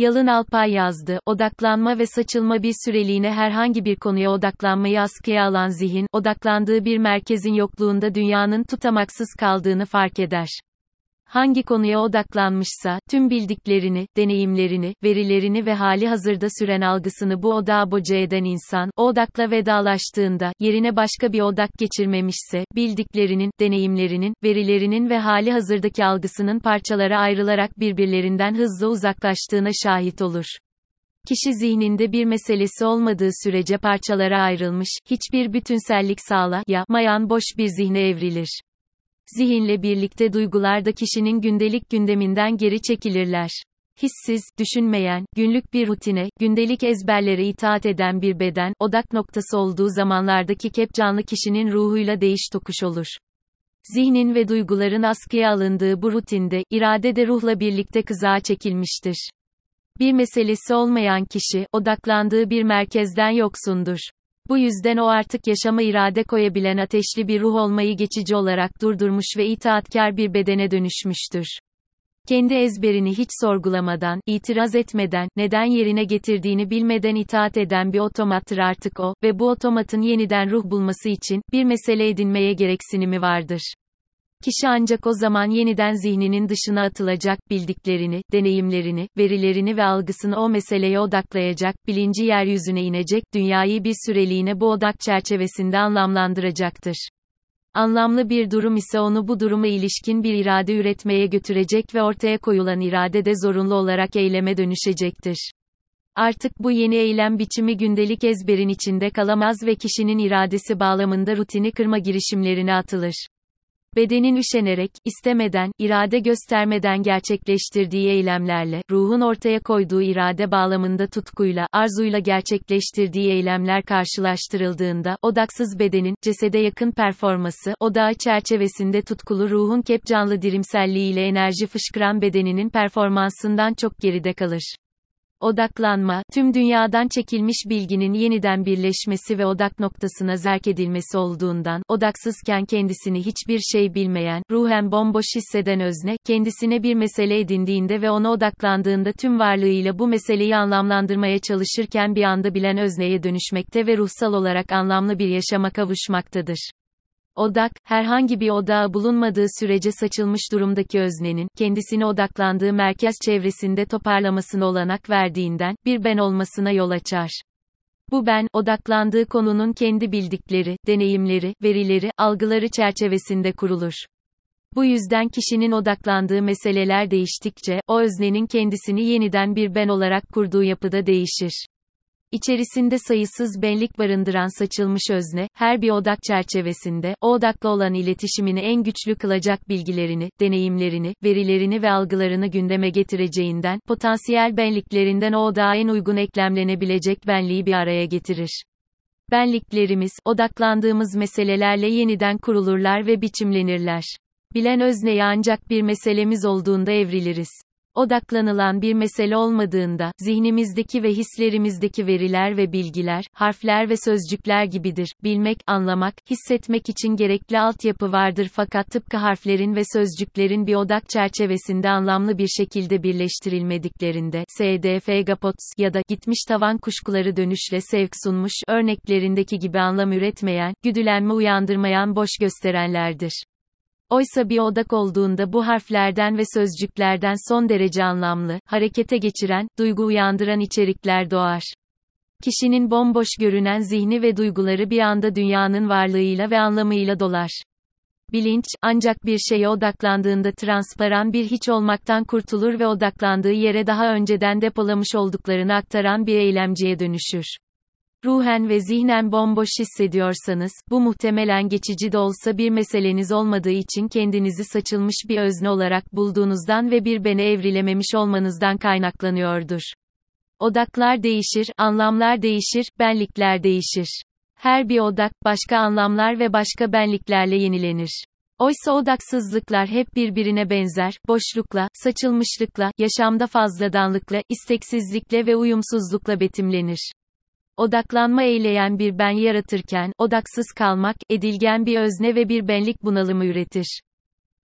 Yalın Alpay yazdı. Odaklanma ve saçılma bir süreliğine herhangi bir konuya odaklanmayı askıya alan zihin, odaklandığı bir merkezin yokluğunda dünyanın tutamaksız kaldığını fark eder. Hangi konuya odaklanmışsa, tüm bildiklerini, deneyimlerini, verilerini ve hali hazırda süren algısını bu odağa boca eden insan, o odakla vedalaştığında, yerine başka bir odak geçirmemişse, bildiklerinin, deneyimlerinin, verilerinin ve hali hazırdaki algısının parçalara ayrılarak birbirlerinden hızla uzaklaştığına şahit olur. Kişi zihninde bir meselesi olmadığı sürece parçalara ayrılmış, hiçbir bütünsellik sağlayamayan boş bir zihne evrilir. Zihinle birlikte duygular da kişinin gündelik gündeminden geri çekilirler. Hissiz, düşünmeyen, günlük bir rutine, gündelik ezberlere itaat eden bir beden, odak noktası olduğu zamanlardaki kepcanlı kişinin ruhuyla değiş tokuş olur. Zihnin ve duyguların askıya alındığı bu rutinde, irade de ruhla birlikte kızağa çekilmiştir. Bir meselesi olmayan kişi, odaklandığı bir merkezden yoksundur. Bu yüzden o artık yaşama irade koyabilen ateşli bir ruh olmayı geçici olarak durdurmuş ve itaatkar bir bedene dönüşmüştür. Kendi ezberini hiç sorgulamadan, itiraz etmeden, neden yerine getirdiğini bilmeden itaat eden bir otomattır artık o ve bu otomatın yeniden ruh bulması için, bir mesele edinmeye gereksinimi vardır. Kişi ancak o zaman yeniden zihninin dışına atılacak, bildiklerini, deneyimlerini, verilerini ve algısını o meseleye odaklayacak, bilinci yeryüzüne inecek, dünyayı bir süreliğine bu odak çerçevesinde anlamlandıracaktır. Anlamlı bir durum ise onu bu duruma ilişkin bir irade üretmeye götürecek ve ortaya koyulan irade de zorunlu olarak eyleme dönüşecektir. Artık bu yeni eylem biçimi gündelik ezberin içinde kalamaz ve kişinin iradesi bağlamında rutini kırma girişimlerine atılır. Bedenin üşenerek, istemeden, irade göstermeden gerçekleştirdiği eylemlerle, ruhun ortaya koyduğu irade bağlamında tutkuyla, arzuyla gerçekleştirdiği eylemler karşılaştırıldığında, odaksız bedenin, cesede yakın performası, odağı çerçevesinde tutkulu ruhun kepcanlı dirimselliğiyle enerji fışkıran bedeninin performansından çok geride kalır. Odaklanma, tüm dünyadan çekilmiş bilginin yeniden birleşmesi ve odak noktasına zerk edilmesi olduğundan, odaksızken kendisini hiçbir şey bilmeyen, ruhen bomboş hisseden özne, kendisine bir mesele edindiğinde ve ona odaklandığında tüm varlığıyla bu meseleyi anlamlandırmaya çalışırken bir anda bilen özneye dönüşmekte ve ruhsal olarak anlamlı bir yaşama kavuşmaktadır. Odak, herhangi bir odağı bulunmadığı sürece saçılmış durumdaki öznenin, kendisine odaklandığı merkez çevresinde toparlamasına olanak verdiğinden, bir ben olmasına yol açar. Bu ben, odaklandığı konunun kendi bildikleri, deneyimleri, verileri, algıları çerçevesinde kurulur. Bu yüzden kişinin odaklandığı meseleler değiştikçe, o öznenin kendisini yeniden bir ben olarak kurduğu yapıda değişir. İçerisinde sayısız benlik barındıran saçılmış özne, her bir odak çerçevesinde, o odakla olan iletişimini en güçlü kılacak bilgilerini, deneyimlerini, verilerini ve algılarını gündeme getireceğinden, potansiyel benliklerinden o odağa en uygun eklemlenebilecek benliği bir araya getirir. Benliklerimiz, odaklandığımız meselelerle yeniden kurulurlar ve biçimlenirler. Bilen özneye ancak bir meselemiz olduğunda evriliriz. Odaklanılan bir mesele olmadığında, zihnimizdeki ve hislerimizdeki veriler ve bilgiler, harfler ve sözcükler gibidir. Bilmek, anlamak, hissetmek için gerekli altyapı vardır fakat tıpkı harflerin ve sözcüklerin bir odak çerçevesinde anlamlı bir şekilde birleştirilmediklerinde, S.D.F. Gapots ya da gitmiş tavan kuşkuları dönüşle sevk sunmuş örneklerindeki gibi anlam üretmeyen, güdülenme uyandırmayan boş gösterenlerdir. Oysa bir odak olduğunda bu harflerden ve sözcüklerden son derece anlamlı, harekete geçiren, duygu uyandıran içerikler doğar. Kişinin bomboş görünen zihni ve duyguları bir anda dünyanın varlığıyla ve anlamıyla dolar. Bilinç, ancak bir şeye odaklandığında transparan bir hiç olmaktan kurtulur ve odaklandığı yere daha önceden depolamış olduklarını aktaran bir eylemciye dönüşür. Ruhen ve zihnen bomboş hissediyorsanız, bu muhtemelen geçici de olsa bir meseleniz olmadığı için kendinizi saçılmış bir özne olarak bulduğunuzdan ve bir bene evrilememiş olmanızdan kaynaklanıyordur. Odaklar değişir, anlamlar değişir, benlikler değişir. Her bir odak, başka anlamlar ve başka benliklerle yenilenir. Oysa odaksızlıklar hep birbirine benzer, boşlukla, saçılmışlıkla, yaşamda fazladanlıkla, isteksizlikle ve uyumsuzlukla betimlenir. Odaklanma eyleyen bir ben yaratırken, odaksız kalmak, edilgen bir özne ve bir benlik bunalımı üretir.